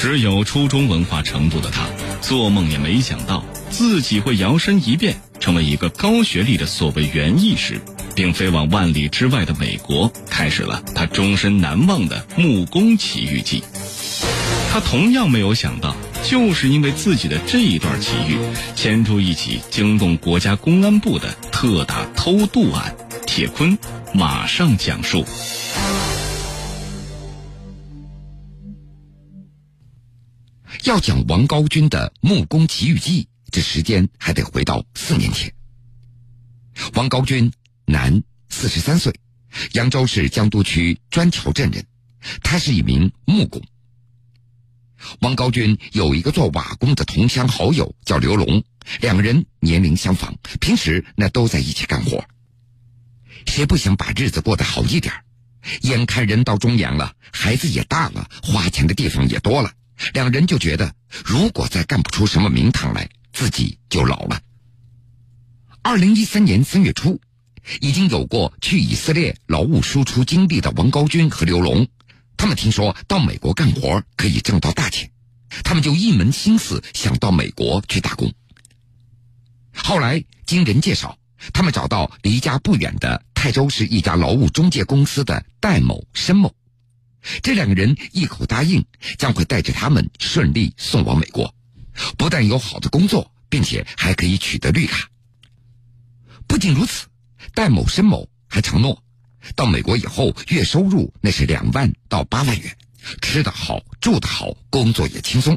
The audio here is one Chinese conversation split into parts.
只有初中文化程度的他，做梦也没想到自己会摇身一变成为一个高学历的所谓园艺师，并飞往万里之外的美国，开始了他终身难忘的木工奇遇记。他同样没有想到，就是因为自己的这一段奇遇，牵出一起惊动国家公安部的特大偷渡案。铁坤马上讲述。 要讲王高军的木工奇遇记，这时间还得回到4年前。王高军，男，43岁，扬州市江都区砖桥镇人，他是一名木工。王高军有一个做瓦工的同乡好友叫刘龙，两个人年龄相仿，平时那都在一起干活。谁不想把日子过得好一点？眼看人到中年了，孩子也大了，花钱的地方也多了，两人就觉得如果再干不出什么名堂来，自己就老了。2013年3月初，已经有过去以色列劳务输出经历的王高军和刘龙，他们听说到美国干活可以挣到大钱，他们就一门心思想到美国去打工。后来经人介绍，他们找到离家不远的泰州市一家劳务中介公司的戴某、申某，这两个人异口答应将会带着他们顺利送往美国，不但有好的工作，并且还可以取得绿卡。不仅如此，戴某、申某还承诺到美国以后月收入那是2万到8万元，吃得好，住得好，工作也轻松。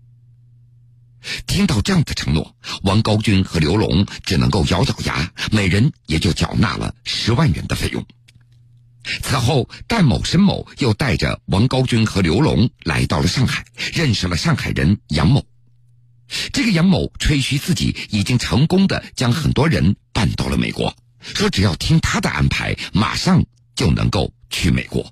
听到这样的承诺，王高军和刘龙只能够咬咬牙，每人也就缴纳了10万元的费用。此后，戴某、申某又带着王高军和刘龙来到了上海，认识了上海人杨某。这个杨某吹嘘自己已经成功的将很多人办到了美国，说只要听他的安排，马上就能够去美国。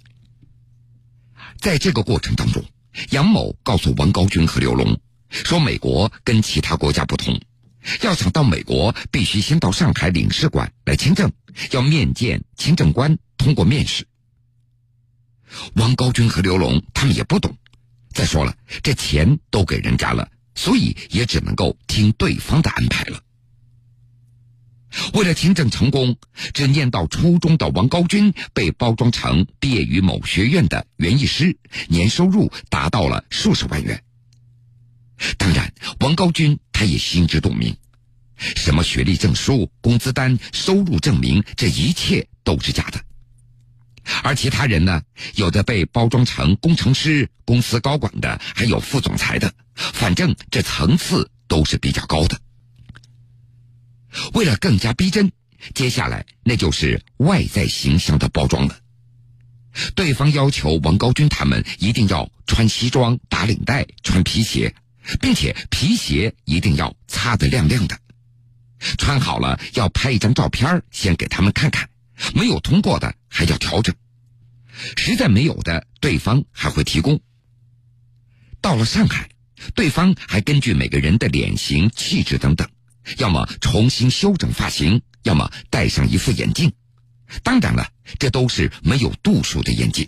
在这个过程当中，杨某告诉王高军和刘龙说，美国跟其他国家不同，要想到美国必须先到上海领事馆来签证，要面见签证官，通过面试。王高军和刘龙他们也不懂，再说了，这钱都给人家了，所以也只能够听对方的安排了。为了签证成功，只念到初中的王高军被包装成毕业于某学院的园艺师，年收入达到了数十万元。当然，王高军他也心知肚明，什么学历证书、工资单、收入证明，这一切都是假的。而其他人呢，有的被包装成工程师、公司高管的，还有副总裁的，反正这层次都是比较高的。为了更加逼真，接下来那就是外在形象的包装了。对方要求王高军他们一定要穿西装、打领带、穿皮鞋，并且皮鞋一定要擦得亮亮的。穿好了要拍一张照片先给他们看看，没有通过的还要调整，实在没有的对方还会提供。到了上海，对方还根据每个人的脸型、气质等等，要么重新修整发型，要么戴上一副眼镜。当然了，这都是没有度数的眼镜。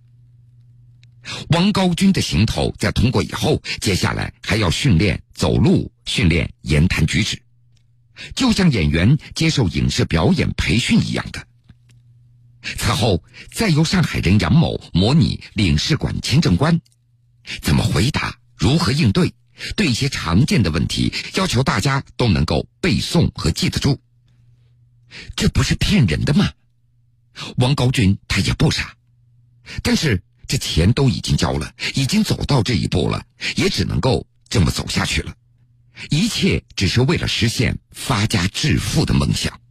王高军的行头在通过以后，接下来还要训练走路，训练言谈举止，就像演员接受影视表演培训一样的。此后再由上海人杨某模拟领事馆签证官，怎么回答，如何应对，对一些常见的问题要求大家都能够背诵和记得住。这不是骗人的吗？王高军他也不傻，但是这钱都已经交了，已经走到这一步了，也只能够这么走下去了。一切只是为了实现发家致富的梦想。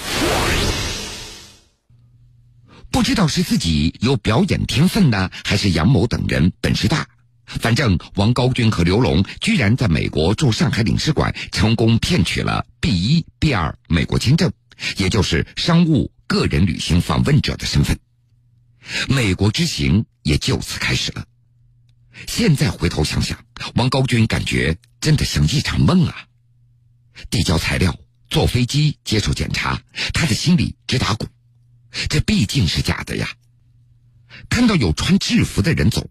不知道是自己有表演天分呢，还是杨某等人本事大，反正王高军和刘龙居然在美国驻上海领事馆成功骗取了 B1、B2 美国签证，也就是商务个人旅行访问者的身份。美国之行也就此开始了。现在回头想想，王高军感觉真的像一场梦啊！递交材料，坐飞机接受检查，他的心里直打鼓，这毕竟是假的呀。看到有穿制服的人走过来，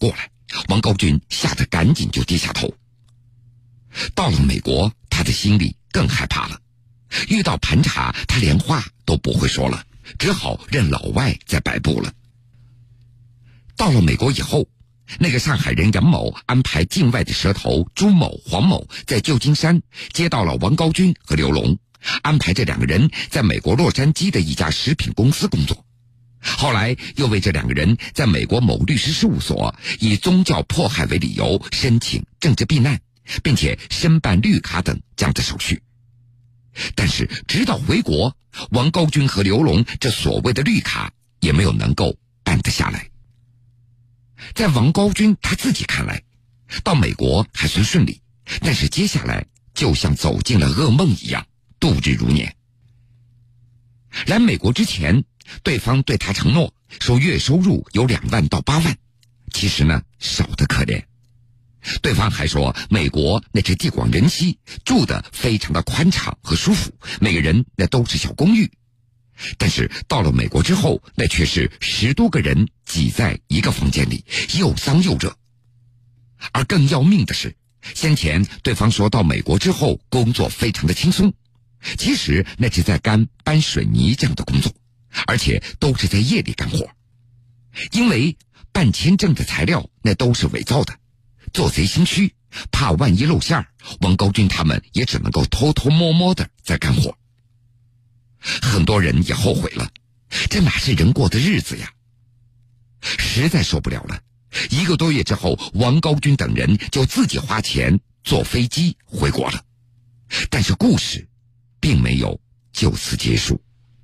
王高军吓得赶紧就低下头。到了美国，他的心里更害怕了，遇到盘查他连话都不会说了，只好任老外在摆布了。到了美国以后，那个上海人杨某安排境外的蛇头朱某、黄某在旧金山接到了王高军和刘龙，安排这2个人在美国洛杉矶的一家食品公司工作。后来又为这2个人在美国某律师事务所以宗教迫害为理由申请政治避难，并且申办绿卡等这样的手续。但是直到回国，王高军和刘龙这所谓的绿卡也没有能够办得下来。在王高军他自己看来，到美国还算顺利，但是接下来就像走进了噩梦一样，度日如年。来美国之前，对方对他承诺说月收入有2万到8万，其实呢少得可怜。对方还说美国那是地广人稀，住得非常的宽敞和舒服，每个人那都是小公寓。但是到了美国之后，那却是10多个人挤在一个房间里，又脏又热。而更要命的是，先前对方说到美国之后工作非常的轻松，其实那是在搬水泥这样的工作，而且都是在夜里干活。因为办签证的材料那都是伪造的，做贼心虚，怕万一露馅儿，王高军他们也只能够偷偷摸摸的在干活。很多人也后悔了，这哪是人过的日子呀？实在受不了了，1个多月之后，王高军等人就自己花钱坐飞机回国了。但是故事并没有就此结束。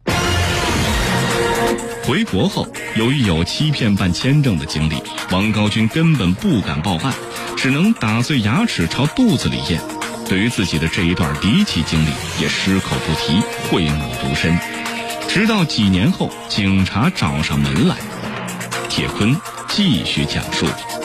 回国后，由于有欺骗办签证的经历，王高军根本不敢报案，只能打碎牙齿朝肚子里咽。对于自己的这一段离奇经历也矢口不提，讳莫独深。直到几年后，警察找上门来。铁坤继续讲述。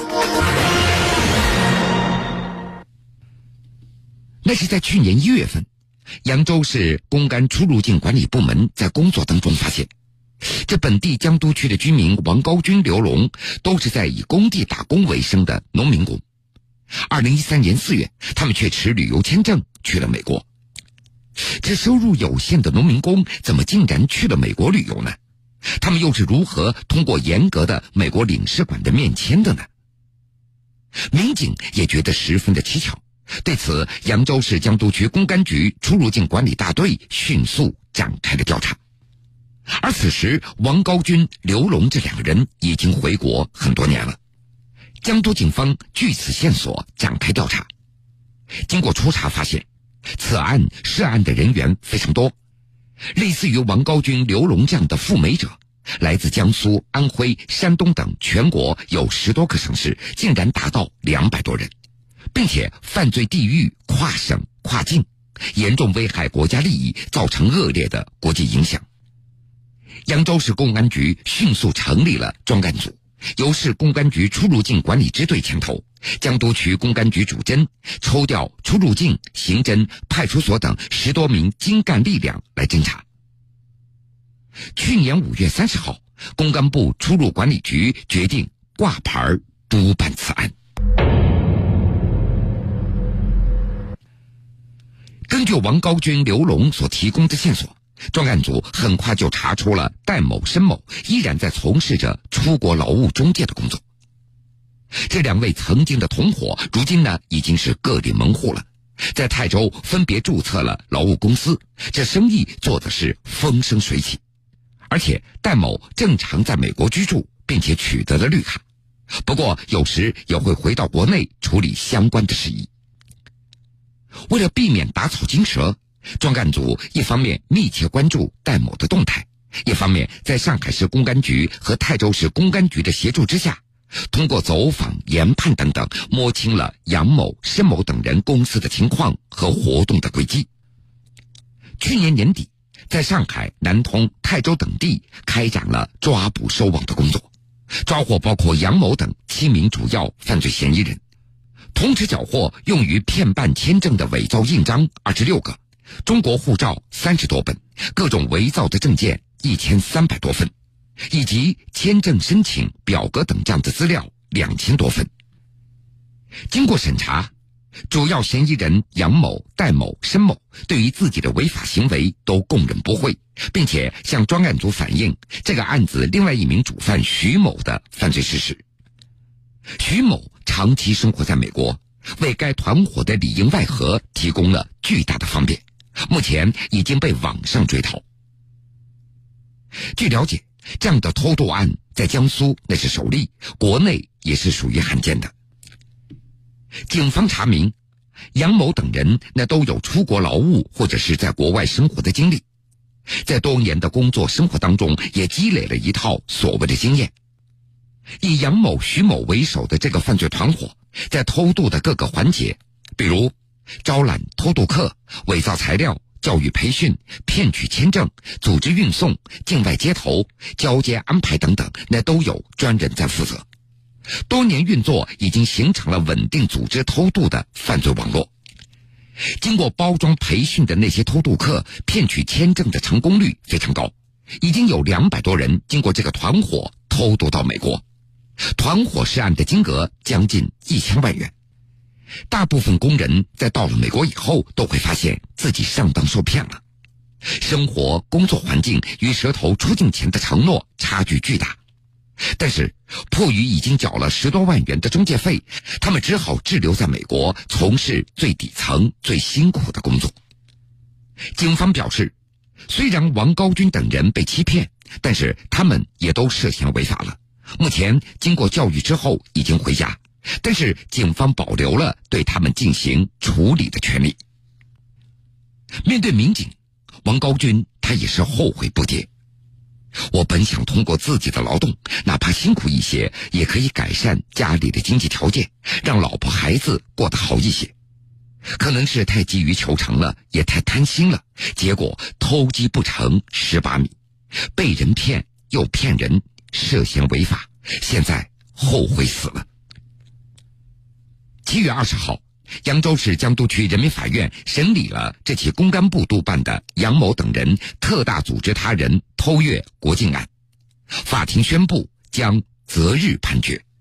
那是在去年1月份，扬州市公安出入境管理部门在工作当中发现，这本地江都区的居民王高军、刘龙都是在以工地打工为生的农民工。2013年4月，他们却持旅游签证去了美国。这收入有限的农民工怎么竟然去了美国旅游呢？他们又是如何通过严格的美国领事馆的面签的呢？民警也觉得十分的蹊跷。对此，扬州市江都区公安局出入境管理大队迅速展开了调查。而此时，王高军、刘龙这2个人已经回国很多年了。江都警方据此线索展开调查，经过初查发现，此案涉案的人员非常多，类似于王高军、刘龙这样的赴美者，来自江苏、安徽、山东等全国有10多个省市，竟然达到200多人，并且犯罪地域跨省跨境，严重危害国家利益，造成恶劣的国际影响。扬州市公安局迅速成立了专案组，由市公安局出入境管理支队牵头，江都区公安局主侦，抽调出入境、刑侦、派出所等10多名精干力量来侦查。去年5月30号，公安部出入管理局决定挂牌督办此案。根据王高军、刘龙所提供的线索，专案组很快就查出了戴某、申某依然在从事着出国劳务中介的工作。这2位曾经的同伙，如今呢已经是各立门户了，在泰州分别注册了劳务公司，这生意做的是风生水起。而且戴某正常在美国居住，并且取得了绿卡，不过有时也会回到国内处理相关的事宜。为了避免打草惊蛇，专案组一方面密切关注戴某的动态，一方面在上海市公安局和泰州市公安局的协助之下，通过走访、研判等等，摸清了杨某、申某等人公司的情况和活动的轨迹。去年年底，在上海、南通、泰州等地开展了抓捕收网的工作，抓获包括杨某等7名主要犯罪嫌疑人，同时缴获用于骗办签证的伪造印章26个，中国护照30多本，各种伪造的证件1300多份，以及签证申请表格等这样的资料2000多份， 经过审查，主要嫌疑人杨某、戴某、申某对于自己的违法行为都供认不讳，并且向专案组反映这个案子另外一名主犯徐某的犯罪事实。徐某长期生活在美国，为该团伙的里应外合提供了巨大的方便，目前已经被网上追逃。据了解，这样的偷渡案在江苏那是首例，国内也是属于罕见的。警方查明，杨某等人那都有出国劳务或者是在国外生活的经历，在多年的工作生活当中也积累了一套所谓的经验。以杨某、徐某为首的这个犯罪团伙，在偷渡的各个环节，比如招揽偷渡客、伪造材料、教育培训、骗取签证、组织运送、境外接头、交接安排等等，那都有专人在负责。多年运作已经形成了稳定组织偷渡的犯罪网络。经过包装培训的那些偷渡客骗取签证的成功率非常高，已经有200多人经过这个团伙偷渡到美国，团伙涉案的金额将近1000万元。大部分工人在到了美国以后都会发现自己上当受骗了，生活工作环境与蛇头出境前的承诺差距巨大。但是迫于已经缴了10多万元的中介费，他们只好滞留在美国，从事最底层最辛苦的工作。警方表示，虽然王高军等人被欺骗，但是他们也都涉嫌违法了，目前经过教育之后已经回家，但是警方保留了对他们进行处理的权利。面对民警，王高军他也是后悔不迭。我本想通过自己的劳动，哪怕辛苦一些，也可以改善家里的经济条件，让老婆孩子过得好一些。可能是太急于求成了，也太贪心了，结果偷鸡不成蚀把米，被人骗又骗人，涉嫌违法，现在后悔死了。7月20号，扬州市江都区人民法院审理了这起公安部督办的杨某等人特大组织他人偷越国境案，法庭宣布将择日判决。